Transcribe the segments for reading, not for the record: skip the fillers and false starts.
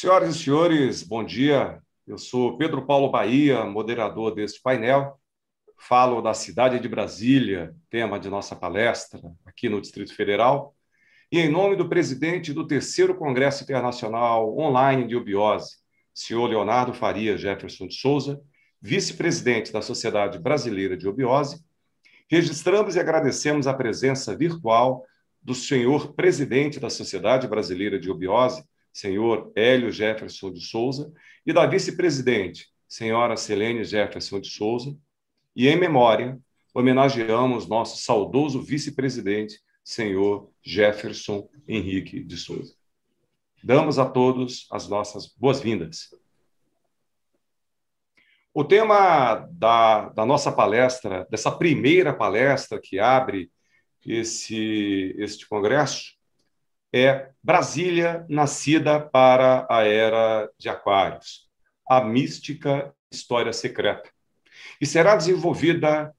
Senhoras e senhores, bom dia. Eu sou Pedro Paulo Bahia, moderador deste painel. Falo da cidade de Brasília, tema de nossa palestra aqui no Distrito Federal. E em nome do presidente do terceiro Congresso Internacional Online de Obiose, senhor Leonardo Faria Jefferson de Souza, vice-presidente da Sociedade Brasileira de Obiose, registramos e agradecemos a presença virtual do senhor presidente da Sociedade Brasileira de Obiose, senhor Hélio Jefferson de Souza, e da vice-presidente, senhora Selene Jefferson de Souza, e em memória, homenageamos nosso saudoso vice-presidente, senhor Jefferson Henrique de Souza. Damos a todos as nossas boas-vindas. O tema da nossa palestra, dessa primeira palestra que abre este congresso, é Brasília nascida para a Era de Aquários, a mística história secreta. E será desenvolvida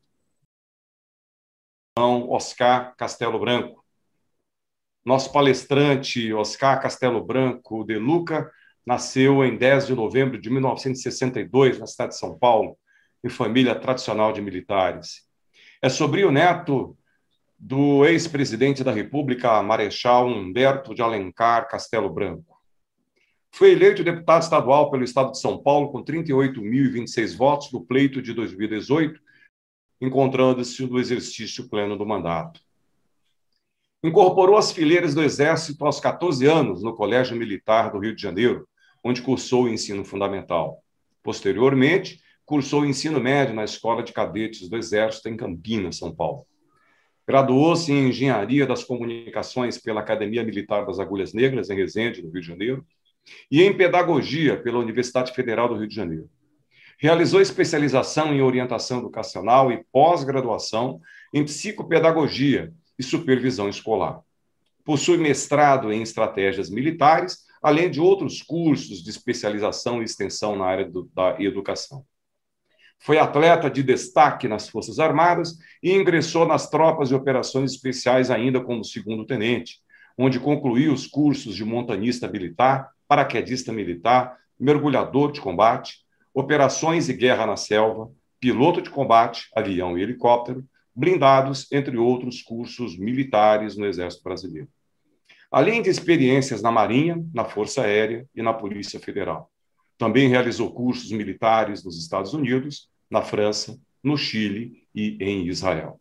por Oscar Castelo Branco. Nosso palestrante, Oscar Castelo Branco de Luca, nasceu em 10 de novembro de 1962, na cidade de São Paulo, em família tradicional de militares. É sobrinho-neto do ex-presidente da República, Marechal Humberto de Alencar Castelo Branco. Foi eleito deputado estadual pelo Estado de São Paulo com 38.026 votos no pleito de 2018, encontrando-se no exercício pleno do mandato. Incorporou as fileiras do Exército aos 14 anos no Colégio Militar do Rio de Janeiro, onde cursou o ensino fundamental. Posteriormente, cursou o ensino médio na Escola de Cadetes do Exército em Campinas, São Paulo. Graduou-se em Engenharia das Comunicações pela Academia Militar das Agulhas Negras, em Resende, no Rio de Janeiro, e em Pedagogia pela Universidade Federal do Rio de Janeiro. Realizou especialização em Orientação Educacional e pós-graduação em Psicopedagogia e Supervisão Escolar. Possui mestrado em Estratégias Militares, além de outros cursos de especialização e extensão na área da educação. Foi atleta de destaque nas Forças Armadas e ingressou nas Tropas de Operações Especiais ainda como segundo-tenente, onde concluiu os cursos de montanista militar, paraquedista militar, mergulhador de combate, operações e guerra na selva, piloto de combate, avião e helicóptero, blindados, entre outros cursos militares no Exército Brasileiro. Além de experiências na Marinha, na Força Aérea e na Polícia Federal. Também realizou cursos militares nos Estados Unidos, na França, no Chile e em Israel.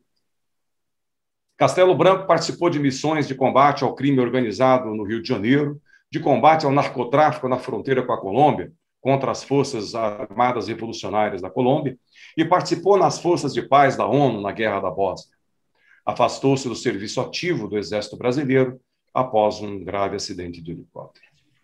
Castelo Branco participou de missões de combate ao crime organizado no Rio de Janeiro, de combate ao narcotráfico na fronteira com a Colômbia, contra as Forças Armadas Revolucionárias da Colômbia, e participou nas Forças de Paz da ONU na Guerra da Bósnia. Afastou-se do serviço ativo do Exército Brasileiro após um grave acidente de helicóptero.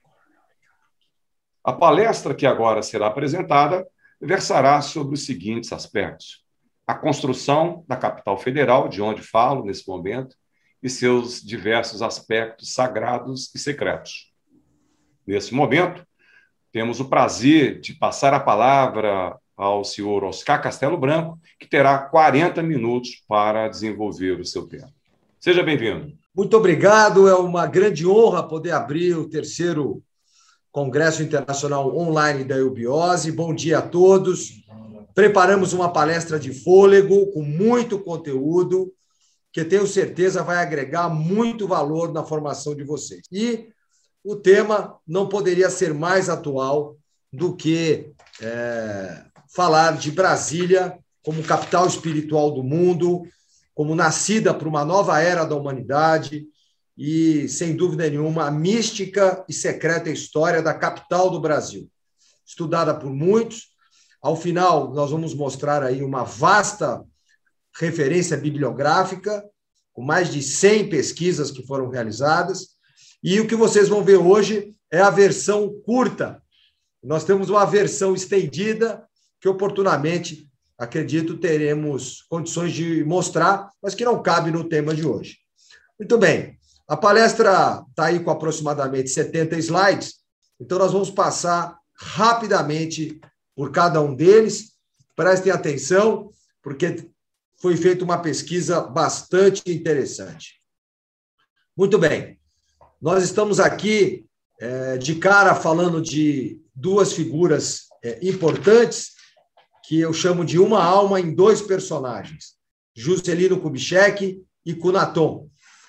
A palestra que agora será apresentada versará sobre os seguintes aspectos: a construção da capital federal, de onde falo nesse momento, e seus diversos aspectos sagrados e secretos. Nesse momento, temos o prazer de passar a palavra ao senhor Oscar Castelo Branco, que terá 40 minutos para desenvolver o seu tema. Seja bem-vindo. Muito obrigado, é uma grande honra poder abrir o terceiro Congresso Internacional Online da Eubiose. Bom dia a todos. Preparamos uma palestra de fôlego com muito conteúdo, que tenho certeza vai agregar muito valor na formação de vocês. E o tema não poderia ser mais atual do que falar de Brasília como capital espiritual do mundo, como nascida para uma nova era da humanidade e, sem dúvida nenhuma, a mística e secreta história da capital do Brasil, estudada por muitos. Ao final, nós vamos mostrar aí uma vasta referência bibliográfica, com mais de 100 pesquisas que foram realizadas, e o que vocês vão ver hoje é a versão curta. Nós temos uma versão estendida, que oportunamente, acredito, teremos condições de mostrar, mas que não cabe no tema de hoje. Muito bem, a palestra está aí com aproximadamente 70 slides, então nós vamos passar rapidamente por cada um deles. Prestem atenção, porque foi feita uma pesquisa bastante interessante. Muito bem, nós estamos aqui de cara falando de duas figuras importantes, que eu chamo de uma alma em dois personagens, Juscelino Kubitschek e Cunaton.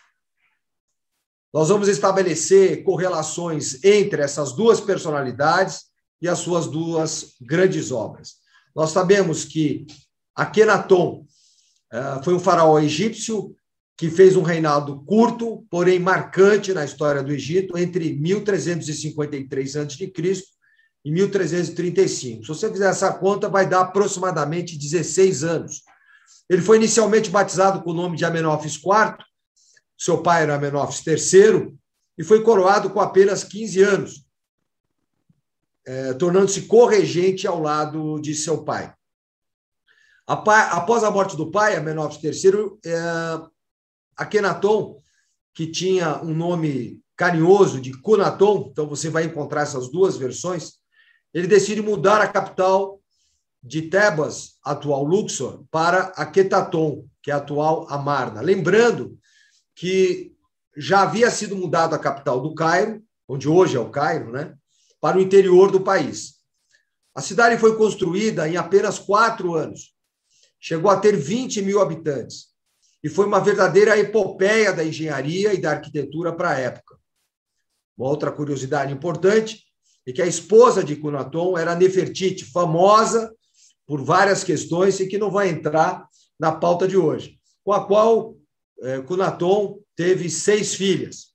Nós vamos estabelecer correlações entre essas duas personalidades e as suas duas grandes obras. Nós sabemos que Akhenaton foi um faraó egípcio que fez um reinado curto, porém marcante na história do Egito, entre 1353 a.C. e 1335. Se você fizer essa conta, vai dar aproximadamente 16 anos. Ele foi inicialmente batizado com o nome de Amenófis IV, seu pai era Amenófis III, e foi coroado com apenas 15 anos, tornando-se corregente ao lado de seu pai. Após a morte do pai, Amenófis III, Akhenaton, que tinha um nome carinhoso de Cunaton, então você vai encontrar essas duas versões, ele decide mudar a capital de Tebas, atual Luxor, para Akhetaton, que é a atual Amarna. Lembrando que já havia sido mudado a capital do Cairo, onde hoje é o Cairo, né, para o interior do país. A cidade foi construída em apenas 4 anos. Chegou a ter 20 mil habitantes. E foi uma verdadeira epopeia da engenharia e da arquitetura para a época. Uma outra curiosidade importante é que a esposa de Cunaton era Nefertiti, famosa por várias questões e que não vai entrar na pauta de hoje, com a qual Cunaton teve 6 filhas.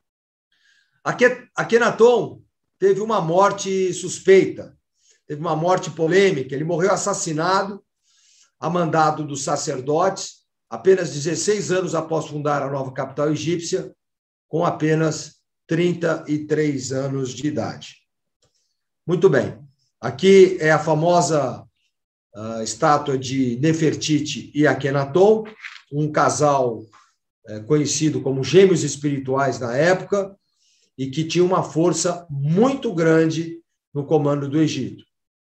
Akhenaton teve uma morte suspeita, teve uma morte polêmica. Ele morreu assassinado a mandado dos sacerdotes, apenas 16 anos após fundar a nova capital egípcia, com apenas 33 anos de idade. Muito bem. Aqui é a famosa estátua de Nefertiti e Akhenaton, um casal conhecido como gêmeos espirituais na época e que tinha uma força muito grande no comando do Egito.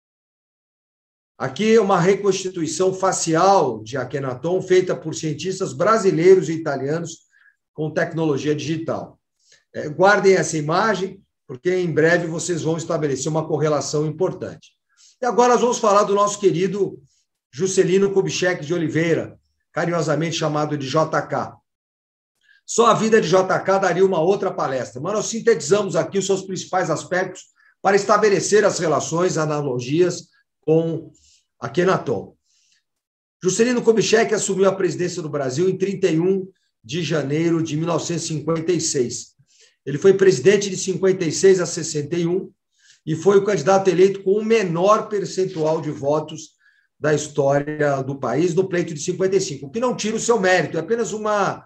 Aqui é uma reconstituição facial de Akhenaton feita por cientistas brasileiros e italianos com tecnologia digital. Guardem essa imagem, porque em breve vocês vão estabelecer uma correlação importante. E agora nós vamos falar do nosso querido Juscelino Kubitschek de Oliveira, carinhosamente chamado de JK. Só a vida de JK daria uma outra palestra, mas nós sintetizamos aqui os seus principais aspectos para estabelecer as relações, analogias com Akhenaton. Juscelino Kubitschek assumiu a presidência do Brasil em 31 de janeiro de 1956. Ele foi presidente de 56 a 61 e foi o candidato eleito com o menor percentual de votos da história do país no pleito de 55, o que não tira o seu mérito, é apenas uma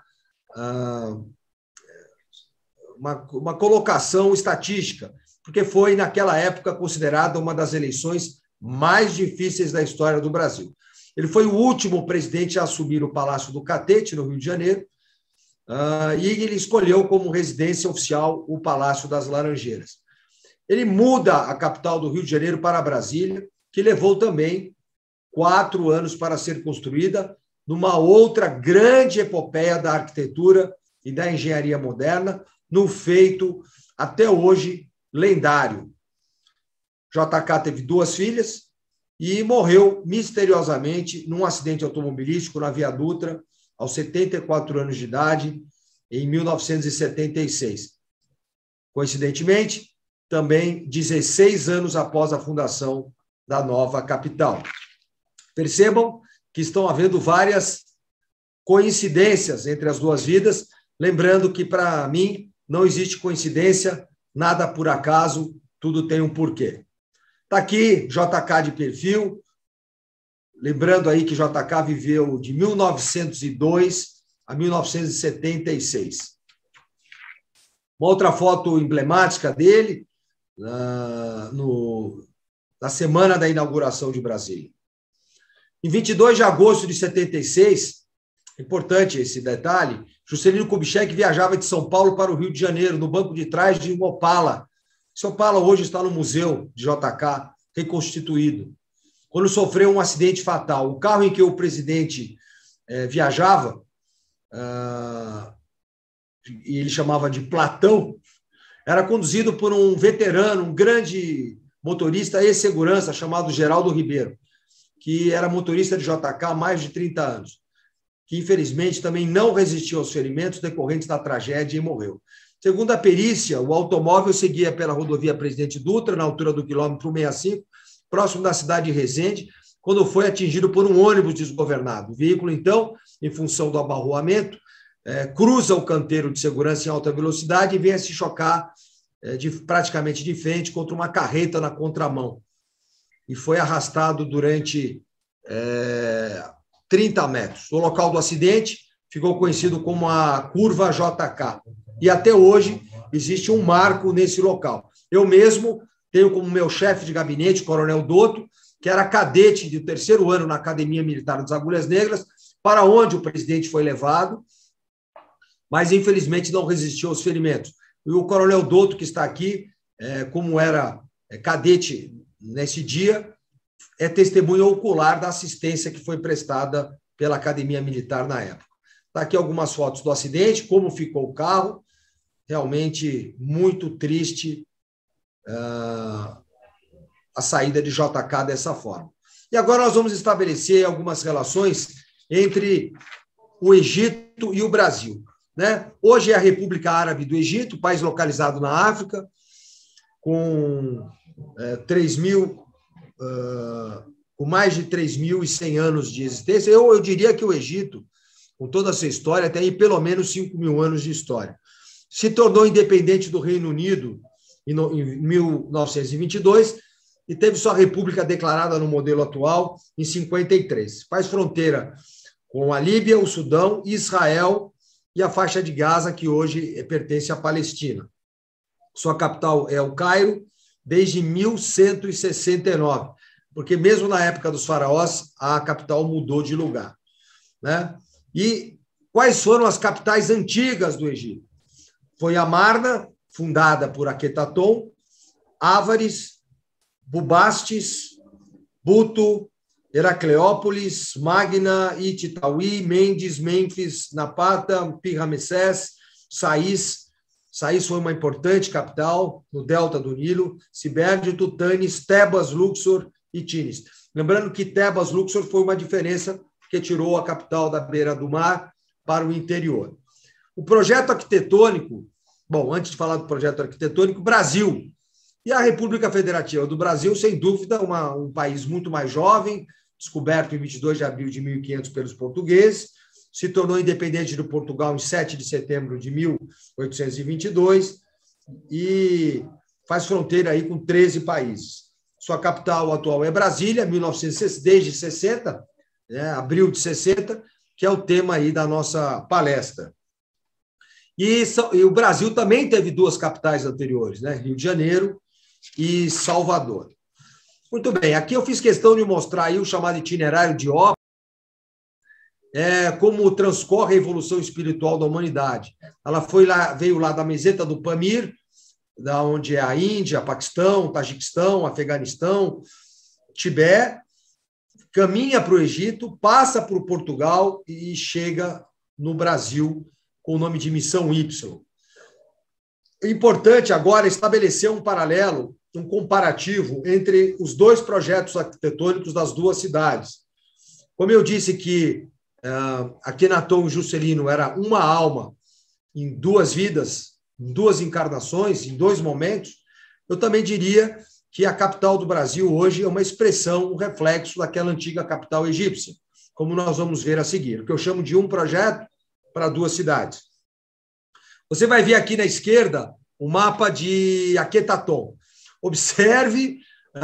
colocação estatística, porque foi, naquela época, considerada uma das eleições mais difíceis da história do Brasil. Ele foi o último presidente a assumir o Palácio do Catete, no Rio de Janeiro, e ele escolheu como residência oficial o Palácio das Laranjeiras. Ele muda a capital do Rio de Janeiro para Brasília, que levou também 4 anos para ser construída, numa outra grande epopeia da arquitetura e da engenharia moderna, no feito, até hoje, lendário. JK teve 2 filhas e morreu misteriosamente num acidente automobilístico na Via Dutra, aos 74 anos de idade, em 1976. Coincidentemente, também 16 anos após a fundação da nova capital. Percebam que estão havendo várias coincidências entre as duas vidas, lembrando que, para mim, não existe coincidência, nada por acaso, tudo tem um porquê. Está aqui JK de perfil, lembrando aí que JK viveu de 1902 a 1976. Uma outra foto emblemática dele, na semana da inauguração de Brasília. Em 22 de agosto de 76, importante esse detalhe, Juscelino Kubitschek viajava de São Paulo para o Rio de Janeiro, no banco de trás de um Opala. Esse Opala hoje está no museu de JK, reconstituído. Quando sofreu um acidente fatal, o carro em que o presidente viajava, e ele chamava de Platão, era conduzido por um veterano, um grande motorista e segurança chamado Geraldo Ribeiro, que era motorista de JK há mais de 30 anos, que infelizmente também não resistiu aos ferimentos decorrentes da tragédia e morreu. Segundo a perícia, o automóvel seguia pela rodovia Presidente Dutra, na altura do quilômetro 65, próximo da cidade de Resende, quando foi atingido por um ônibus desgovernado. O veículo, então, em função do abarroamento, cruza o canteiro de segurança em alta velocidade e vem a se chocar praticamente de frente contra uma carreta na contramão. E foi arrastado durante 30 metros. O local do acidente ficou conhecido como a Curva JK. E até hoje existe um marco nesse local. Eu mesmo tenho como meu chefe de gabinete, o Coronel Dotto, que era cadete de 3º ano na Academia Militar das Agulhas Negras, para onde o presidente foi levado, mas infelizmente não resistiu aos ferimentos. E o Coronel Dotto, que está aqui, como era cadete nesse dia, é testemunha ocular da assistência que foi prestada pela Academia Militar na época. Está aqui algumas fotos do acidente, como ficou o carro, realmente muito triste a saída de JK dessa forma. E agora nós vamos estabelecer algumas relações entre o Egito e o Brasil. Né? Hoje é a República Árabe do Egito, país localizado na África, com com mais de 3.100 anos de existência. Eu diria que o Egito, com toda a sua história, tem pelo menos 5.000 anos de história. Se tornou independente do Reino Unido em 1922 e teve sua república declarada no modelo atual em 53. Faz fronteira com a Líbia, o Sudão, Israel e a faixa de Gaza, que hoje pertence à Palestina. Sua capital é o Cairo, desde 1169, porque mesmo na época dos faraós, a capital mudou de lugar. Né? E quais foram as capitais antigas do Egito? Foi Amarna, fundada por Akhetaton, Ávares, Bubastis, Buto, Heracleópolis, Magna, Ititaui, Mendes, Mênfis, Napata, Pi-Ramessés, Sais. Sais foi uma importante capital no delta do Nilo, Ciberde, Tutanes, Tebas, Luxor e Tinis. Lembrando que Tebas, Luxor foi uma diferença que tirou a capital da beira do mar para o interior. O projeto arquitetônico, bom, antes de falar do projeto arquitetônico, Brasil. E a República Federativa do Brasil, sem dúvida, um país muito mais jovem, descoberto em 22 de abril de 1500 pelos portugueses, se tornou independente do Portugal em 7 de setembro de 1822 e faz fronteira aí com 13 países. Sua capital atual é Brasília, desde 60, né, abril de 60, que é o tema aí da nossa palestra. E o Brasil também teve 2 capitais anteriores, né, Rio de Janeiro e Salvador. Muito bem, aqui eu fiz questão de mostrar aí o chamado itinerário de obra, como transcorre a evolução espiritual da humanidade. Ela veio lá da meseta do Pamir, da onde é a Índia, Paquistão, Tajiquistão, Afeganistão, Tibete, caminha para o Egito, passa por Portugal e chega no Brasil com o nome de Missão Y. É importante agora estabelecer um paralelo, um comparativo entre os 2 projetos arquitetônicos das 2 cidades. Como eu disse que Akhenaton e Juscelino era uma alma em 2 vidas, em 2 encarnações, em 2 momentos, eu também diria que a capital do Brasil hoje é uma expressão, um reflexo daquela antiga capital egípcia, como nós vamos ver a seguir, o que eu chamo de um projeto para 2 cidades. Você vai ver aqui na esquerda o mapa de Akhetaton. Observe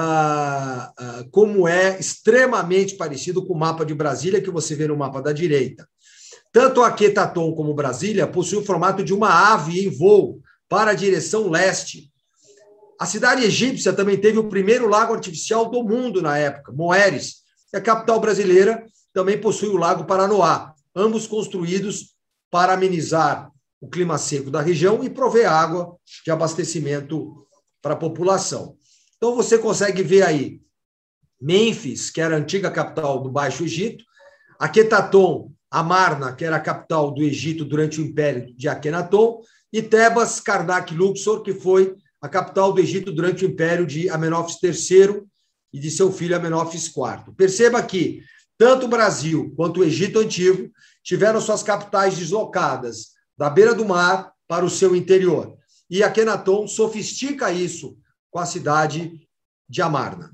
como é extremamente parecido com o mapa de Brasília, que você vê no mapa da direita. Tanto Akhetaton como Brasília possuem o formato de uma ave em voo para a direção leste. A cidade egípcia também teve o primeiro lago artificial do mundo na época, Moeres, e a capital brasileira também possui o Lago Paranoá, ambos construídos para amenizar o clima seco da região e prover água de abastecimento para a população. Então, você consegue ver aí Mênfis, que era a antiga capital do Baixo Egito, Akhetaton, Amarna, que era a capital do Egito durante o Império de Akhenaton, e Tebas, Karnak, Luxor, que foi a capital do Egito durante o império de Amenófis III e de seu filho Amenófis IV. Perceba que tanto o Brasil quanto o Egito Antigo tiveram suas capitais deslocadas da beira do mar para o seu interior. E Akenaton sofistica isso com a cidade de Amarna.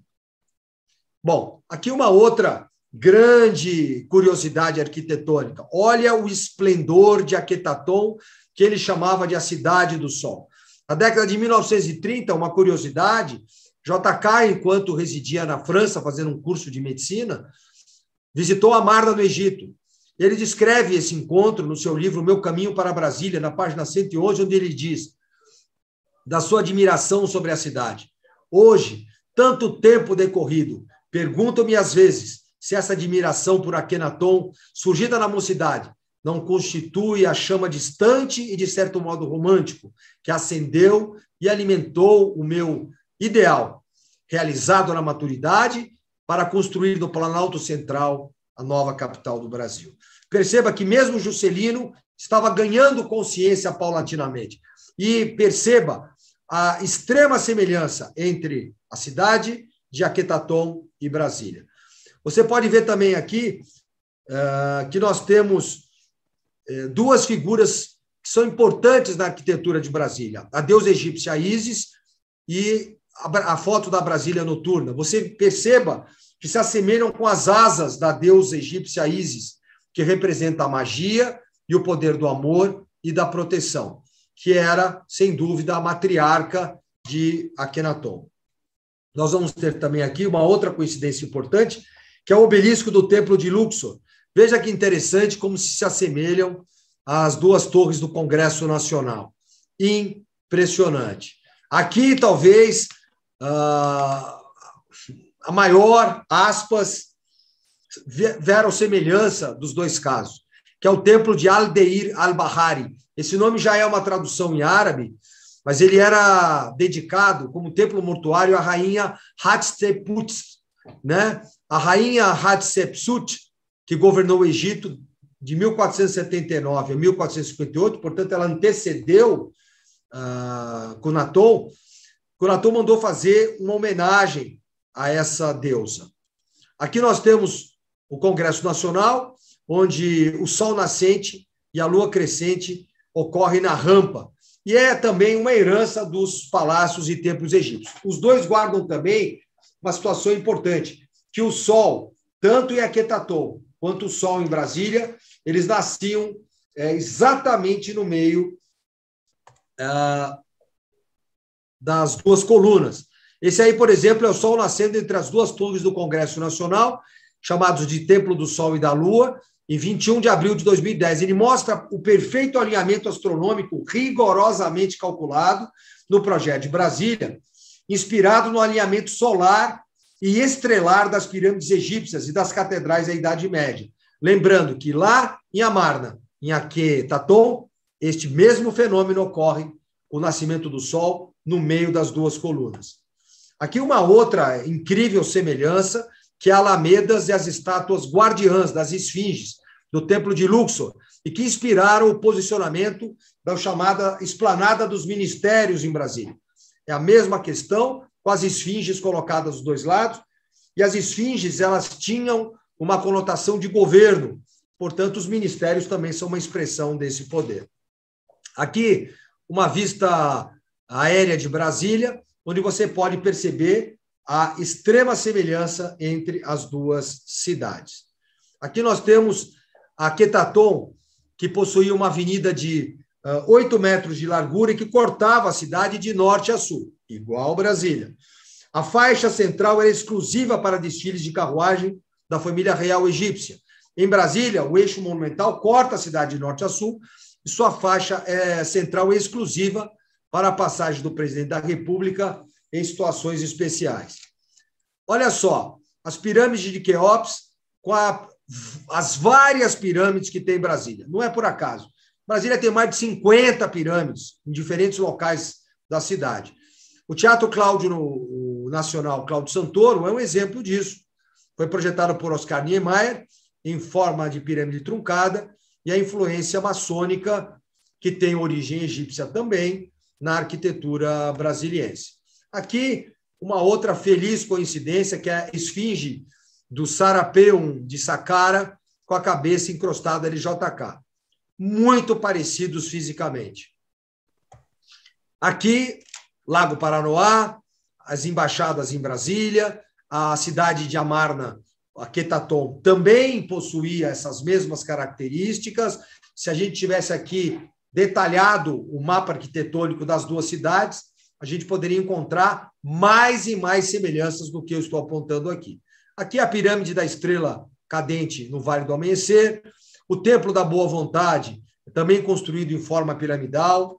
Bom, aqui uma outra grande curiosidade arquitetônica. Olha o esplendor de Akenaton, que ele chamava de a Cidade do Sol. Na década de 1930, uma curiosidade, JK, enquanto residia na França, fazendo um curso de medicina, visitou Amarna, no Egito. Ele descreve esse encontro no seu livro Meu Caminho para Brasília, na página 111, onde ele diz da sua admiração sobre a cidade. Hoje, tanto tempo decorrido, pergunto-me às vezes se essa admiração por Akenaton, surgida na mocidade, não constitui a chama distante e, de certo modo, romântico, que acendeu e alimentou o meu ideal, realizado na maturidade, para construir no Planalto Central a nova capital do Brasil. Perceba que mesmo Juscelino estava ganhando consciência paulatinamente. E perceba a extrema semelhança entre a cidade de Akenaton e Brasília. Você pode ver também aqui que nós temos duas figuras que são importantes na arquitetura de Brasília. A deusa egípcia Ísis e a foto da Brasília noturna. Você perceba que se assemelham com as asas da deusa egípcia Ísis, que representa a magia e o poder do amor e da proteção, que era, sem dúvida, a matriarca de Akenaton. Nós vamos ter também aqui uma outra coincidência importante, que é o obelisco do Templo de Luxor. Veja que interessante como se assemelham as duas torres do Congresso Nacional. Impressionante. Aqui, talvez, a maior, aspas, verossemelhança dos dois casos, que é o templo de Al-Deir al-Bahari. Esse nome já é uma tradução em árabe, mas ele era dedicado como templo mortuário à rainha Hatshepsut, né? A rainha Hatshepsut, que governou o Egito de 1479 a 1458, portanto, ela antecedeu Akenaton. Akenaton mandou fazer uma homenagem a essa deusa. Aqui nós temos o Congresso Nacional, onde o sol nascente e a lua crescente ocorrem na rampa. E é também uma herança dos palácios e templos egípcios. Os dois guardam também uma situação importante, que o sol, tanto em Akenaton quanto o sol em Brasília, eles nasciam exatamente no meio das duas colunas. Esse aí, por exemplo, é o sol nascendo entre as duas torres do Congresso Nacional, chamados de Templo do Sol e da Lua, em 21 de abril de 2010. Ele mostra o perfeito alinhamento astronômico rigorosamente calculado no projeto de Brasília, inspirado no alinhamento solar e estrelar das pirâmides egípcias e das catedrais da Idade Média. Lembrando que lá em Amarna, em Akenaton, este mesmo fenômeno ocorre, o nascimento do Sol no meio das duas colunas. Aqui uma outra incrível semelhança, que é Alamedas e as estátuas guardiãs das esfinges do Templo de Luxor, e que inspiraram o posicionamento da chamada Esplanada dos Ministérios em Brasília. É a mesma questão, com as esfinges colocadas dos dois lados, e as esfinges elas tinham uma conotação de governo, portanto, os ministérios também são uma expressão desse poder. Aqui, uma vista aérea de Brasília, onde você pode perceber a extrema semelhança entre as duas cidades. Aqui nós temos Akenaton, que possuía uma avenida de 8 metros de largura e que cortava a cidade de norte a sul, igual Brasília. A faixa central era exclusiva para desfiles de carruagem da família real egípcia. Em Brasília, o eixo monumental corta a cidade de norte a sul e sua faixa central é exclusiva para a passagem do presidente da República em situações especiais. Olha só, as pirâmides de Quéops com as várias pirâmides que tem em Brasília. Não é por acaso. Brasília tem mais de 50 pirâmides em diferentes locais da cidade. O Teatro Cláudio Nacional Cláudio Santoro é um exemplo disso. Foi projetado por Oscar Niemeyer em forma de pirâmide truncada e a influência maçônica que tem origem egípcia também, na arquitetura brasiliense. Aqui, uma outra feliz coincidência, que é a esfinge do Sarapeum de Saqqara, com a cabeça encostada de JK. Muito parecidos fisicamente. Aqui, Lago Paranoá, as embaixadas em Brasília, a cidade de Amarna, a Quetaton, também possuía essas mesmas características. Se a gente tivesse aqui detalhado o mapa arquitetônico das duas cidades, a gente poderia encontrar mais e mais semelhanças do que eu estou apontando aqui. Aqui a pirâmide da estrela cadente no Vale do Amanhecer, o Templo da Boa Vontade, também construído em forma piramidal.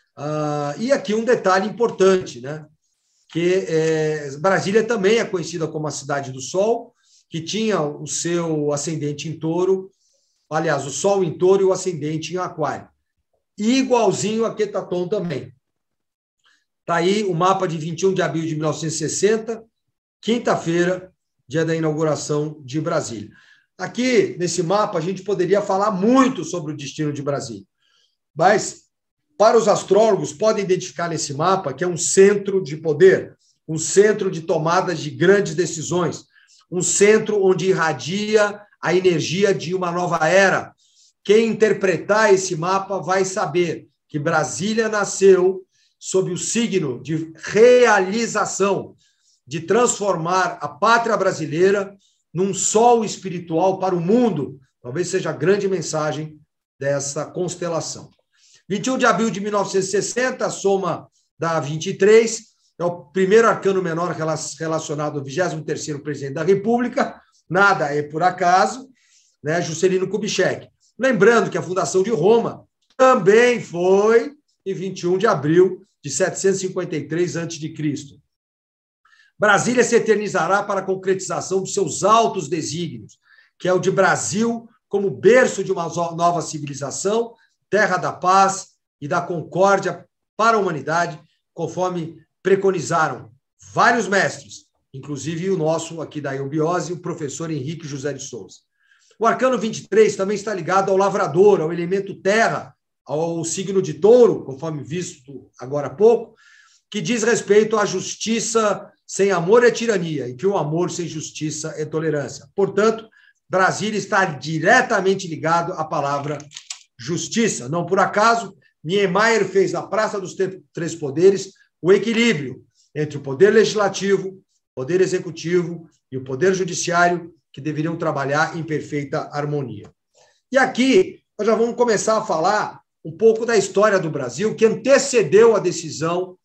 E aqui um detalhe importante, né? Que Brasília também é conhecida como a Cidade do Sol, que tinha o seu ascendente em touro, aliás, o Sol em touro e o ascendente em aquário. E igualzinho a Quetaton também. Está aí o mapa de 21 de abril de 1960, quinta-feira, dia da inauguração de Brasília. Aqui, nesse mapa, a gente poderia falar muito sobre o destino de Brasília. Mas, para os astrólogos, podem identificar nesse mapa que é um centro de poder, um centro de tomadas de grandes decisões, um centro onde irradia a energia de uma nova era. Quem interpretar esse mapa vai saber que Brasília nasceu sob o signo de realização, de transformar a pátria brasileira num sol espiritual para o mundo. Talvez seja a grande mensagem dessa constelação. 21 de abril de 1960, a soma dá 23, é o primeiro arcano menor relacionado ao 23º presidente da República, nada é por acaso, né? Juscelino Kubitschek. Lembrando que a fundação de Roma também foi em 21 de abril de 753 a.C. Brasília se eternizará para a concretização dos seus altos desígnios, que é o de Brasil como berço de uma nova civilização, terra da paz e da concórdia para a humanidade, conforme preconizaram vários mestres, inclusive o nosso aqui da Eubiose, o professor Henrique José de Souza. O arcano 23 também está ligado ao lavrador, ao elemento terra, ao signo de touro, conforme visto agora há pouco, que diz respeito à justiça sem amor é tirania, e que o amor sem justiça é tolerância. Portanto, Brasília está diretamente ligado à palavra justiça. Não por acaso, Niemeyer fez na Praça dos Três Poderes o equilíbrio entre o poder legislativo, o poder executivo e o poder judiciário, que deveriam trabalhar em perfeita harmonia. E aqui, nós já vamos começar a falar um pouco da história do Brasil, que antecedeu a decisão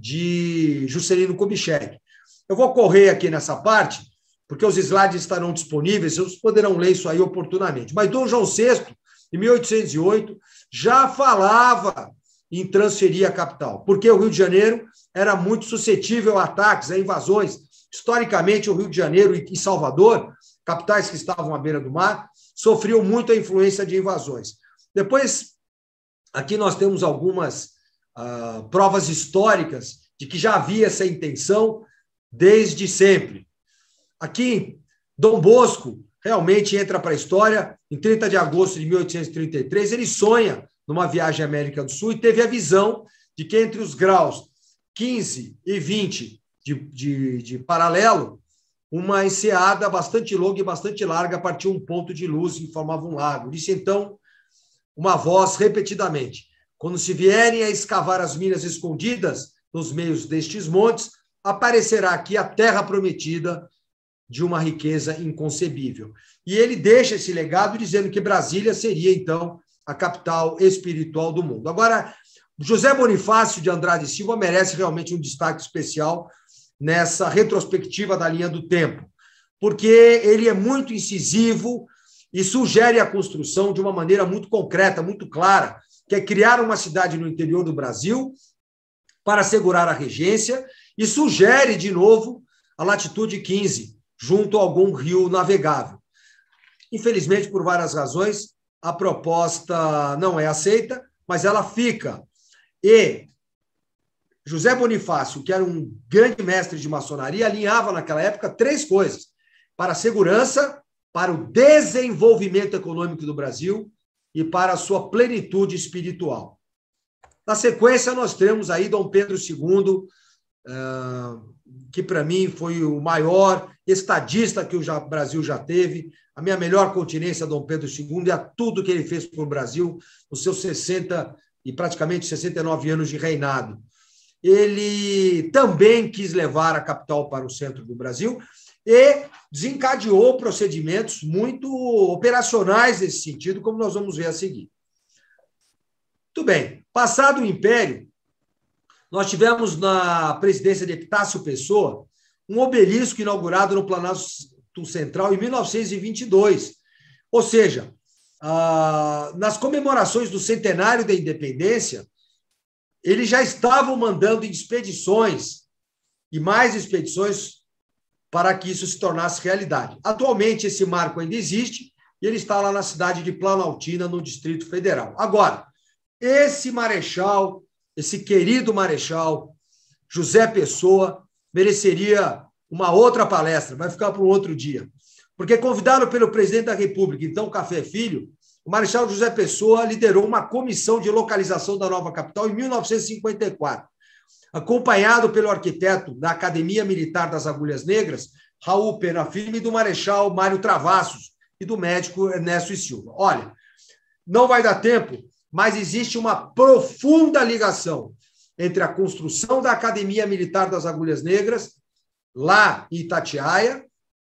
de Juscelino Kubitschek. Eu vou correr aqui nessa parte, porque os slides estarão disponíveis, vocês poderão ler isso aí oportunamente. Mas Dom João VI, em 1808, já falava em transferir a capital, porque o Rio de Janeiro era muito suscetível a ataques, a invasões. Historicamente, o Rio de Janeiro e Salvador, capitais que estavam à beira do mar, sofriam muito a influência de invasões. Depois, aqui nós temos algumas provas históricas de que já havia essa intenção desde sempre. Aqui, Dom Bosco realmente entra para a história. Em 30 de agosto de 1833, ele sonha numa viagem à América do Sul e teve a visão de que entre os graus 15 e 20 de paralelo, uma enseada bastante longa e bastante larga partia um ponto de luz e formava um lago. Disse, então, uma voz repetidamente: quando se vierem a escavar as minas escondidas nos meios destes montes, aparecerá aqui a terra prometida de uma riqueza inconcebível. E ele deixa esse legado dizendo que Brasília seria, então, a capital espiritual do mundo. Agora, José Bonifácio de Andrade e Silva merece realmente um destaque especial nessa retrospectiva da linha do tempo, porque ele é muito incisivo e sugere a construção de uma maneira muito concreta, muito clara, que é criar uma cidade no interior do Brasil para assegurar a regência e sugere, de novo, a latitude 15, junto a algum rio navegável. Infelizmente, por várias razões, a proposta não é aceita, mas ela fica. E José Bonifácio, que era um grande mestre de maçonaria, alinhava naquela época três coisas: para a segurança, para o desenvolvimento econômico do Brasil e para a sua plenitude espiritual. Na sequência, nós temos aí Dom Pedro II, que para mim foi o maior estadista que o Brasil já teve, a minha melhor continência, Dom Pedro II, e a tudo que ele fez para o Brasil, nos seus 60 e praticamente 69 anos de reinado. Ele também quis levar a capital para o centro do Brasil e desencadeou procedimentos muito operacionais nesse sentido, como nós vamos ver a seguir. Muito bem. Passado o Império, nós tivemos na presidência de Epitácio Pessoa um obelisco inaugurado no Planalto Central em 1922. Ou seja, nas comemorações do centenário da independência, eles já estavam mandando expedições e mais expedições para que isso se tornasse realidade. Atualmente, esse marco ainda existe e ele está lá na cidade de Planaltina, no Distrito Federal. Agora, esse marechal, esse querido marechal, José Pessoa, mereceria uma outra palestra, vai ficar para um outro dia. Porque, convidado pelo presidente da República, então Café Filho, o marechal José Pessoa liderou uma comissão de localização da nova capital em 1954, acompanhado pelo arquiteto da Academia Militar das Agulhas Negras, Raul Pena Firme, e do marechal Mário Travassos e do médico Ernesto e Silva. Olha, não vai dar tempo, mas existe uma profunda ligação entre a construção da Academia Militar das Agulhas Negras, lá em Itatiaia,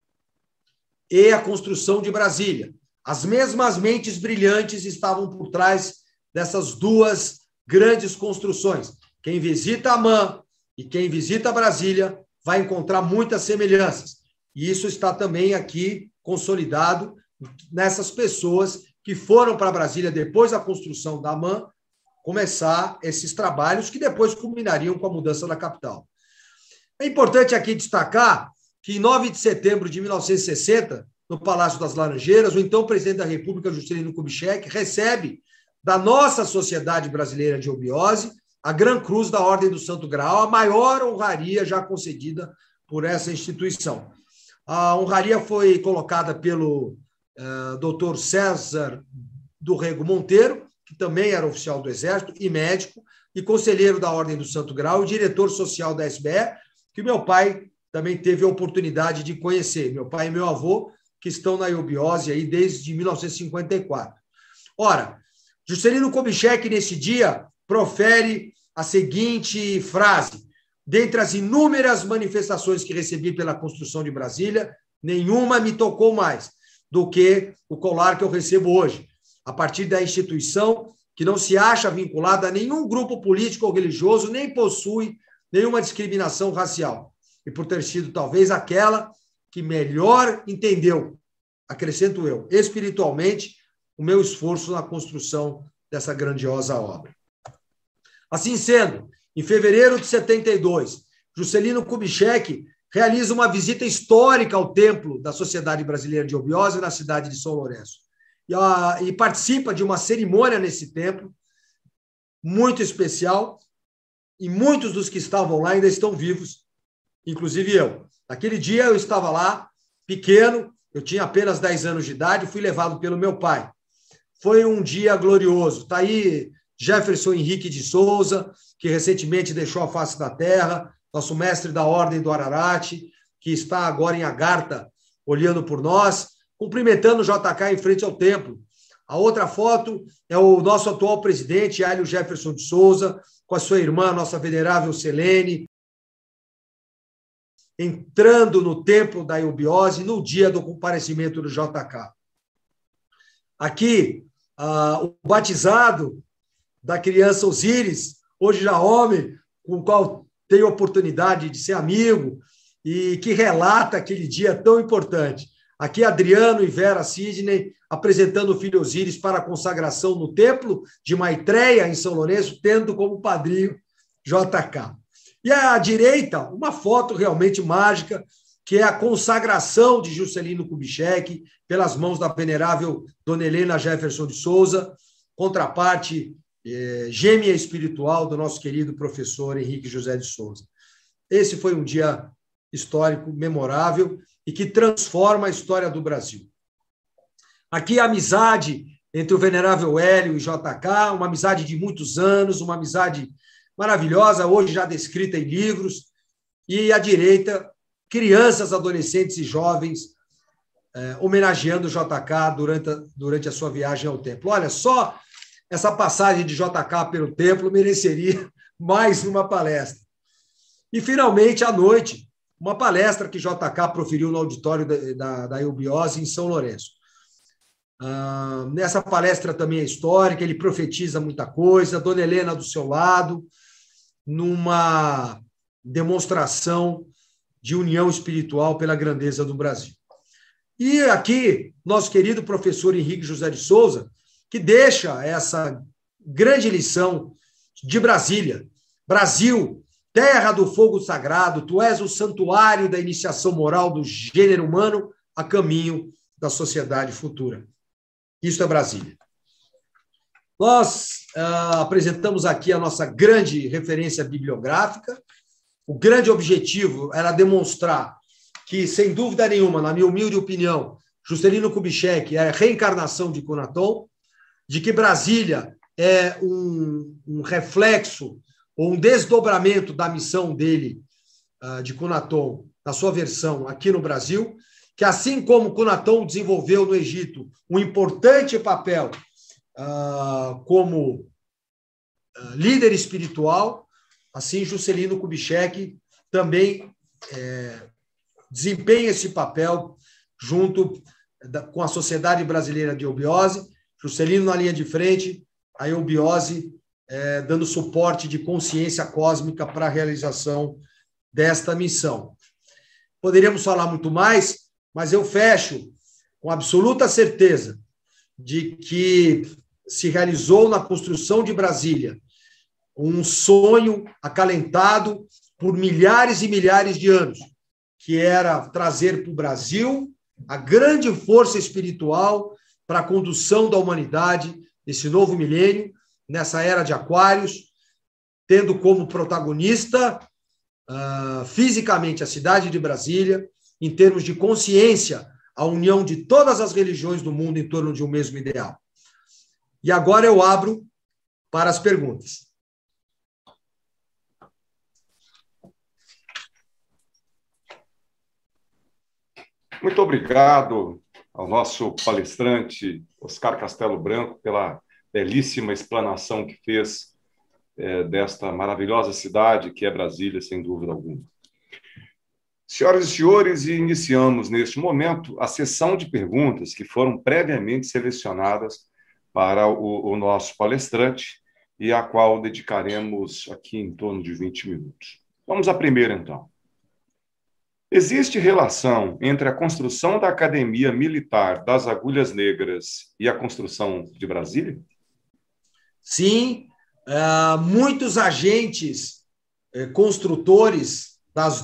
e a construção de Brasília. As mesmas mentes brilhantes estavam por trás dessas duas grandes construções. Quem visita Amã e quem visita Brasília vai encontrar muitas semelhanças. E isso está também aqui consolidado nessas pessoas que foram para Brasília depois da construção da Amã, começar esses trabalhos que depois culminariam com a mudança da capital. É importante aqui destacar que em 9 de setembro de 1960, no Palácio das Laranjeiras, o então presidente da República, Juscelino Kubitschek, recebe da nossa Sociedade Brasileira de Obiose a Gran Cruz da Ordem do Santo Graal, a maior honraria já concedida por essa instituição. A honraria foi colocada pelo Dr. César do Rego Monteiro, que também era oficial do Exército e médico, e conselheiro da Ordem do Santo Graal, e diretor social da SBE, que meu pai também teve a oportunidade de conhecer. Meu pai e meu avô, que estão na eubiose aí desde 1954. Ora, Juscelino Kubitschek, nesse dia, profere a seguinte frase: dentre as inúmeras manifestações que recebi pela construção de Brasília, nenhuma me tocou mais do que o colar que eu recebo hoje, a partir da instituição que não se acha vinculada a nenhum grupo político ou religioso, nem possui nenhuma discriminação racial, e por ter sido talvez aquela que melhor entendeu, acrescento eu, espiritualmente, o meu esforço na construção dessa grandiosa obra. Assim sendo, em fevereiro de 72, Juscelino Kubitschek realiza uma visita histórica ao templo da Sociedade Brasileira de Obiose, na cidade de São Lourenço, e participa de uma cerimônia nesse templo, muito especial, e muitos dos que estavam lá ainda estão vivos, inclusive eu. Naquele dia eu estava lá, pequeno, eu tinha apenas 10 anos de idade, fui levado pelo meu pai. Foi um dia glorioso. Está aí Jefferson Henrique de Souza, que recentemente deixou a face da terra, nosso mestre da Ordem do Ararate, que está agora em Agartha, olhando por nós, cumprimentando o JK em frente ao templo. A outra foto é o nosso atual presidente, Hélio Jefferson de Souza, com a sua irmã, nossa venerável Selene, entrando no templo da eubiose no dia do comparecimento do JK. Aqui, o batizado da criança Osíris, hoje já homem, com o qual tenho a oportunidade de ser amigo e que relata aquele dia tão importante. Aqui, Adriano e Vera Sidney apresentando o filho Osíris para a consagração no templo de Maitreya, em São Lourenço, tendo como padrinho JK. E à direita, uma foto realmente mágica, que é a consagração de Juscelino Kubitschek pelas mãos da venerável Dona Helena Jefferson de Souza, contraparte gêmea espiritual do nosso querido professor Henrique José de Souza. Esse foi um dia histórico, memorável, e que transforma a história do Brasil. Aqui a amizade entre o venerável Hélio e JK, uma amizade de muitos anos, uma amizade maravilhosa, hoje já descrita em livros, e à direita, crianças, adolescentes e jovens homenageando o JK durante a sua viagem ao templo. Olha, só essa passagem de JK pelo templo mereceria mais uma palestra. E, finalmente, à noite, uma palestra que JK proferiu no auditório da Eubiose, em São Lourenço. Nessa palestra também é histórica, ele profetiza muita coisa, Dona Helena do seu lado, numa demonstração de união espiritual pela grandeza do Brasil. E aqui, nosso querido professor Henrique José de Souza, que deixa essa grande lição de Brasília. Brasil, terra do fogo sagrado, tu és o santuário da iniciação moral do gênero humano a caminho da sociedade futura. Isso é Brasília. Nós apresentamos aqui a nossa grande referência bibliográfica. O grande objetivo era demonstrar que, sem dúvida nenhuma, na minha humilde opinião, Juscelino Kubitschek é a reencarnação de Cunaton, de que Brasília é um reflexo ou um desdobramento da missão dele, de Cunaton, na sua versão aqui no Brasil, que assim como Cunaton desenvolveu no Egito um importante papel como líder espiritual, assim Juscelino Kubitschek também desempenha esse papel junto com a Sociedade Brasileira de Eubiose, Juscelino na linha de frente, a Eubiose dando suporte de consciência cósmica para a realização desta missão. Poderíamos falar muito mais, mas eu fecho com absoluta certeza de que se realizou na construção de Brasília um sonho acalentado por milhares e milhares de anos, que era trazer para o Brasil a grande força espiritual para a condução da humanidade nesse novo milênio, nessa era de Aquários, tendo como protagonista fisicamente a cidade de Brasília, em termos de consciência, a união de todas as religiões do mundo em torno de um mesmo ideal. E agora eu abro para as perguntas. Muito obrigado ao nosso palestrante, Oscar Castelo Branco, pela belíssima explanação que fez desta maravilhosa cidade que é Brasília, sem dúvida alguma. Senhoras e senhores, iniciamos neste momento a sessão de perguntas que foram previamente selecionadas para o nosso palestrante e a qual dedicaremos aqui em torno de 20 minutos. Vamos à primeira, então. Existe relação entre a construção da Academia Militar das Agulhas Negras e a construção de Brasília? Sim, muitos agentes construtores das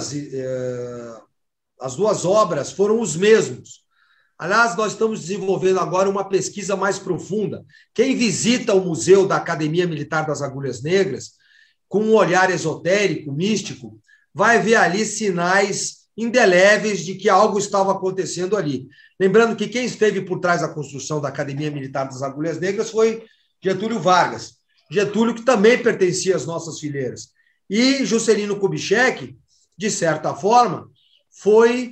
as duas obras foram os mesmos. Aliás, nós estamos desenvolvendo agora uma pesquisa mais profunda. Quem visita o Museu da Academia Militar das Agulhas Negras, com um olhar esotérico, místico, vai ver ali sinais indeléveis de que algo estava acontecendo ali. Lembrando que quem esteve por trás da construção da Academia Militar das Agulhas Negras foi Getúlio Vargas. Getúlio, que também pertencia às nossas fileiras. E Juscelino Kubitschek, de certa forma, foi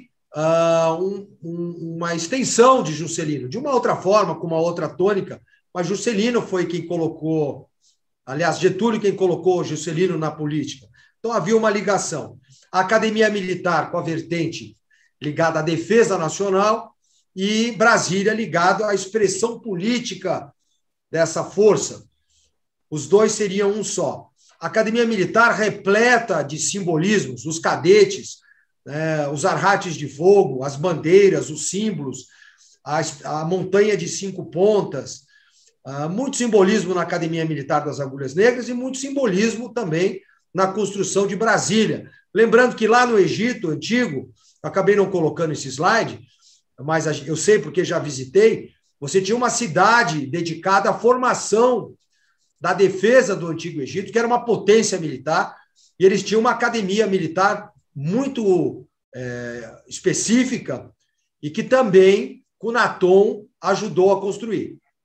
uma extensão de Juscelino, de uma outra forma, com uma outra tônica, mas Juscelino foi quem colocou, aliás, Getúlio quem colocou Juscelino na política. Então havia uma ligação. A Academia Militar com a vertente ligada à defesa nacional e Brasília ligado à expressão política dessa força. Os dois seriam um só. A Academia Militar repleta de simbolismos, os cadetes, os arrates de fogo, as bandeiras, os símbolos, a montanha de 5 pontas, muito simbolismo na Academia Militar das Agulhas Negras e muito simbolismo também na construção de Brasília. Lembrando que lá no Egito Antigo, acabei não colocando esse slide, mas eu sei porque já visitei, você tinha uma cidade dedicada à formação da defesa do Antigo Egito, que era uma potência militar, e eles tinham uma academia militar muito específica e que também Cunaton ajudou a construir.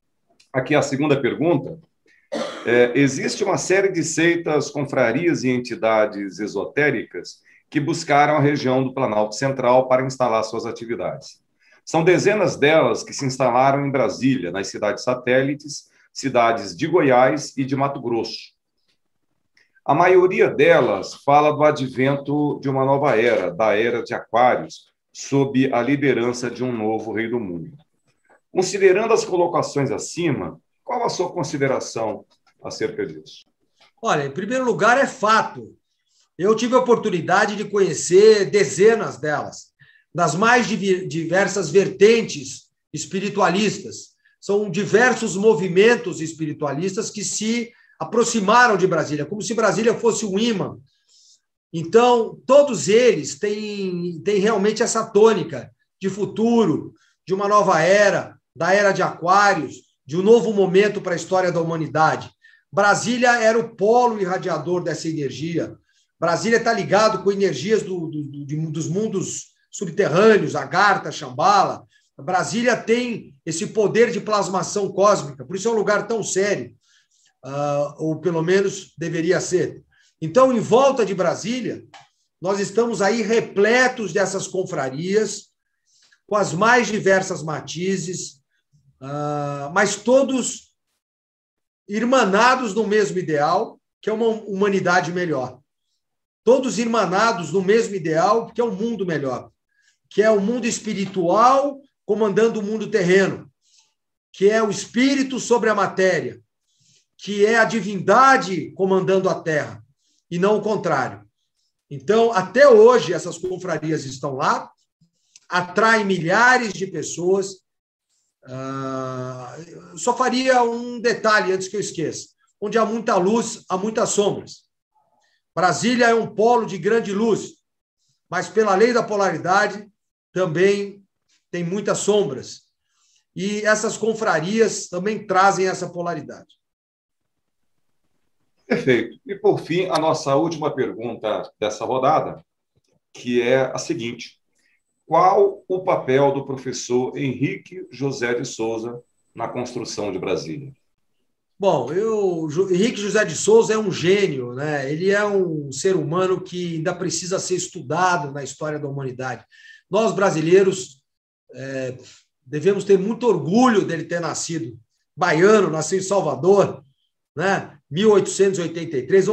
Aqui a segunda pergunta. Existe uma série de seitas, confrarias e entidades esotéricas que buscaram a região do Planalto Central para instalar suas atividades. São dezenas delas que se instalaram em Brasília, nas cidades satélites, cidades de Goiás e de Mato Grosso. A maioria delas fala do advento de uma nova era, da Era de Aquários, sob a liderança de um novo rei do mundo. Considerando as colocações acima, qual a sua consideração acerca disso? Olha, em primeiro lugar, é fato. Eu tive a oportunidade de conhecer dezenas delas, das mais diversas vertentes espiritualistas. São diversos movimentos espiritualistas que se aproximaram de Brasília, como se Brasília fosse um imã. Então, todos eles têm realmente essa tônica de futuro, de uma nova era, da Era de Aquários, de um novo momento para a história da humanidade. Brasília era o polo irradiador dessa energia. Brasília está ligado com energias dos mundos subterrâneos, Agartha, Shambhala. Brasília tem esse poder de plasmação cósmica, por isso é um lugar tão sério, ou pelo menos deveria ser. Então, em volta de Brasília, nós estamos aí repletos dessas confrarias, com as mais diversas matizes, mas todos irmanados no mesmo ideal, que é uma humanidade melhor. Todos irmanados no mesmo ideal, que é um mundo melhor, que é o mundo espiritual comandando o mundo terreno, que é o espírito sobre a matéria, que é a divindade comandando a terra, e não o contrário. Então, até hoje, essas confrarias estão lá, atraem milhares de pessoas. Só faria um detalhe antes que eu esqueça. Onde há muita luz, há muitas sombras. Brasília é um polo de grande luz, mas pela lei da polaridade também tem muitas sombras. E essas confrarias também trazem essa polaridade. Perfeito. E, por fim, a nossa última pergunta dessa rodada, que é a seguinte: qual o papel do professor Henrique José de Souza na construção de Brasília? Bom, Henrique José de Souza é um gênio, né? Ele é um ser humano que ainda precisa ser estudado na história da humanidade. Nós, brasileiros, devemos ter muito orgulho dele ter nascido baiano, nasceu em Salvador, né? 1883.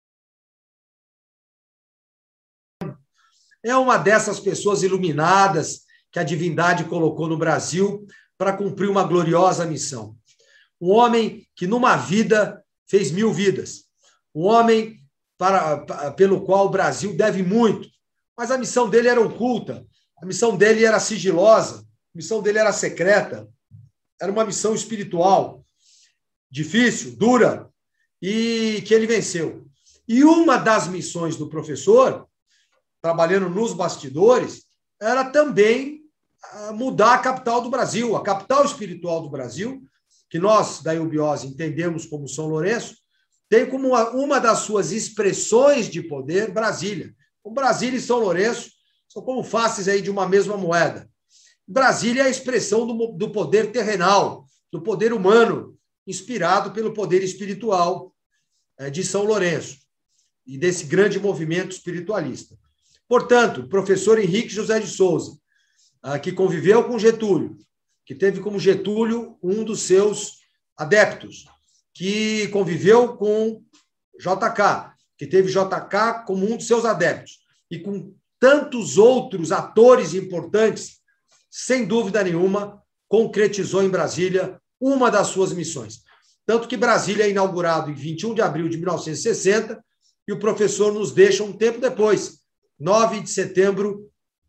É uma dessas pessoas iluminadas que a divindade colocou no Brasil para cumprir uma gloriosa missão. Um homem que, numa vida, fez 1000 vidas. Um homem pelo qual o Brasil deve muito. Mas a missão dele era oculta, a missão dele era sigilosa, a missão dele era secreta. Era uma missão espiritual, difícil, dura, e que ele venceu. E uma das missões do professor, trabalhando nos bastidores, era também mudar a capital do Brasil, a capital espiritual do Brasil, que nós, da Eubiose, entendemos como São Lourenço, tem como uma das suas expressões de poder Brasília. O Brasília e São Lourenço são como faces aí de uma mesma moeda. Brasília é a expressão do poder terrenal, do poder humano, inspirado pelo poder espiritual de São Lourenço e desse grande movimento espiritualista. Portanto, o professor Henrique José de Souza, que conviveu com Getúlio, que teve como Getúlio um dos seus adeptos, que conviveu com JK, que teve JK como um dos seus adeptos, e com tantos outros atores importantes, sem dúvida nenhuma, concretizou em Brasília uma das suas missões. Tanto que Brasília é inaugurado em 21 de abril de 1960 e o professor nos deixa um tempo depois, 9 de setembro,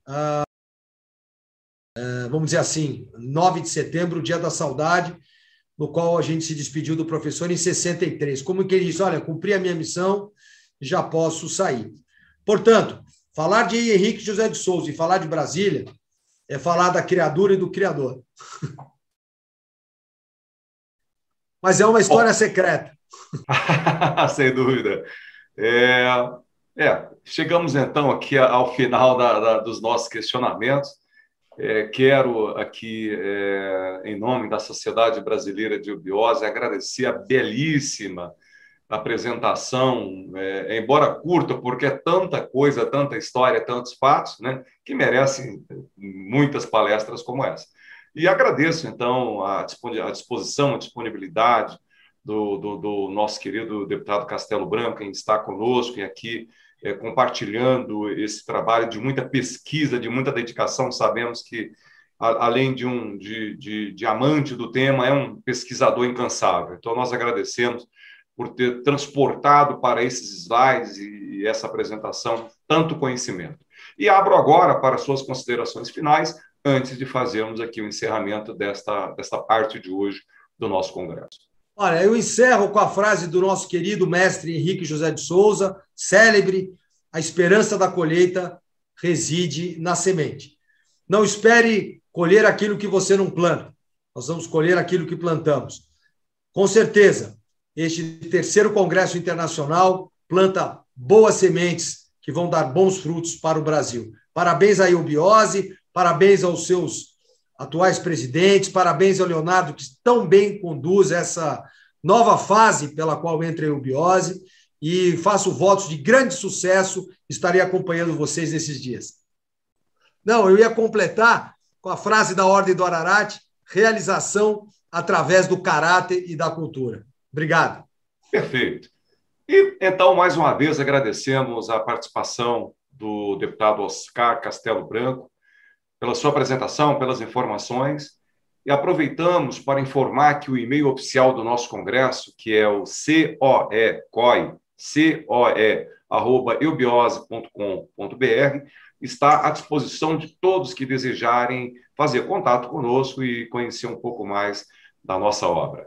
vamos dizer assim, 9 de setembro, Dia da Saudade, no qual a gente se despediu do professor em 63. Como que ele disse? Olha, cumpri a minha missão, já posso sair. Portanto, falar de Henrique José de Souza e falar de Brasília é falar da criadura e do Criador. Mas é uma história secreta. Sem dúvida. Chegamos então aqui ao final dos nossos questionamentos. Quero aqui, em nome da Sociedade Brasileira de Eubiose, agradecer a belíssima apresentação, embora curta, porque é tanta coisa, tanta história, tantos fatos, né, que merecem muitas palestras como essa. E agradeço, então, a disposição, a disponibilidade do nosso querido deputado Castelo Branco, em estar conosco e aqui compartilhando esse trabalho de muita pesquisa, de muita dedicação. Sabemos que, além de amante do tema, é um pesquisador incansável. Então, nós agradecemos por ter transportado para esses slides e essa apresentação tanto conhecimento. E abro agora para suas considerações finais, antes de fazermos aqui o encerramento desta parte de hoje do nosso congresso. Olha, eu encerro com a frase do nosso querido mestre Henrique José de Souza, célebre: a esperança da colheita reside na semente. Não espere colher aquilo que você não planta. Nós vamos colher aquilo que plantamos. Com certeza, este terceiro Congresso Internacional planta boas sementes que vão dar bons frutos para o Brasil. Parabéns à Eubiose, parabéns aos seus atuais presidentes, parabéns ao Leonardo, que tão bem conduz essa nova fase pela qual entra a Eubiose, e faço votos de grande sucesso, estarei acompanhando vocês nesses dias. Não, eu ia completar com a frase da Ordem do Ararat: realização através do caráter e da cultura. Obrigado. Perfeito. E, então, mais uma vez, agradecemos a participação do deputado Oscar Castelo Branco pela sua apresentação, pelas informações, e aproveitamos para informar que o e-mail oficial do nosso congresso, que é o coe@eubiose.com.br, está à disposição de todos que desejarem fazer contato conosco e conhecer um pouco mais da nossa obra.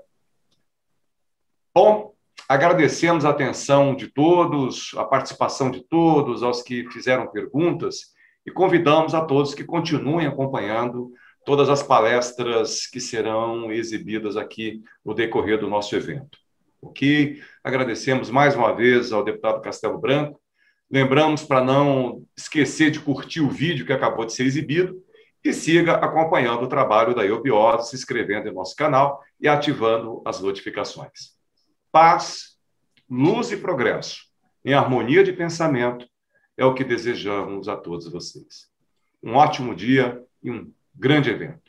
Bom, agradecemos a atenção de todos, a participação de todos, aos que fizeram perguntas, e convidamos a todos que continuem acompanhando todas as palestras que serão exibidas aqui no decorrer do nosso evento. Ok? Agradecemos mais uma vez ao deputado Castelo Branco. Lembramos para não esquecer de curtir o vídeo que acabou de ser exibido e siga acompanhando o trabalho da Eubiose, se inscrevendo em nosso canal e ativando as notificações. Paz, luz e progresso, em harmonia de pensamento, é o que desejamos a todos vocês. Um ótimo dia e um grande evento.